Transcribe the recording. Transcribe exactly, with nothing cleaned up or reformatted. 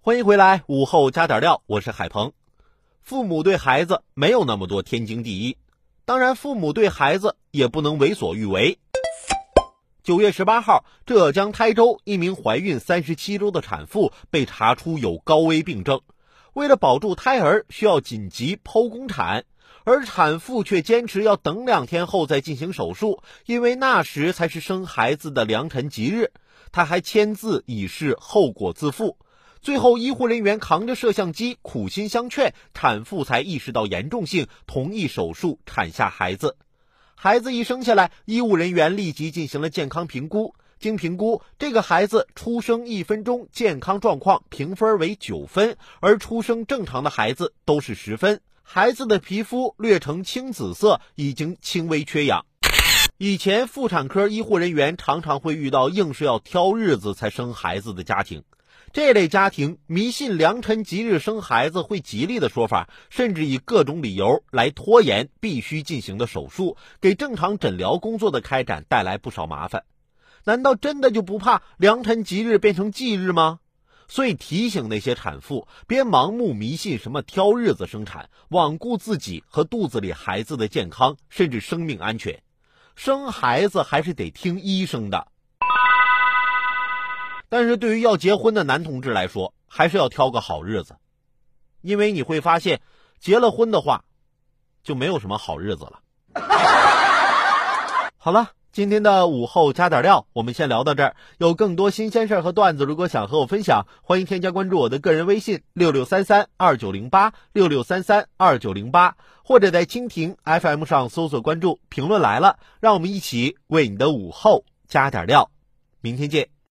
欢迎回来，午后加点料，我是海鹏。父母对孩子没有那么多天经地义，当然父母对孩子也不能为所欲为。九月十八号，浙江台州一名怀孕三十七周的产妇被查出有高危病症，为了保住胎儿，需要紧急剖宫产，而产妇却坚持要等两天后再进行手术，因为那时才是生孩子的良辰吉日。她还签字以示后果自负。最后医护人员扛着摄像机苦心相劝，产妇才意识到严重性，同意手术产下孩子。孩子一生下来，医务人员立即进行了健康评估，经评估，这个孩子出生一分钟健康状况评分为九分，而出生正常的孩子都是十分。孩子的皮肤略呈青紫色，已经轻微缺氧。以前妇产科医护人员常常会遇到硬是要挑日子才生孩子的家庭，这类家庭迷信良辰吉日生孩子会吉利的说法，甚至以各种理由来拖延必须进行的手术，给正常诊疗工作的开展带来不少麻烦。难道真的就不怕良辰吉日变成忌日吗？所以提醒那些产妇，别盲目迷信什么挑日子生产，罔顾自己和肚子里孩子的健康，甚至生命安全。生孩子还是得听医生的。但是对于要结婚的男同志来说，还是要挑个好日子，因为你会发现结了婚的话就没有什么好日子了。好了，今天的午后加点料我们先聊到这儿，有更多新鲜事和段子，如果想和我分享，欢迎添加关注我的个人微信六六三三二九零八 六六三三二九零八，或者在蜻蜓 F M 上搜索关注评论来了，让我们一起为你的午后加点料。明天见。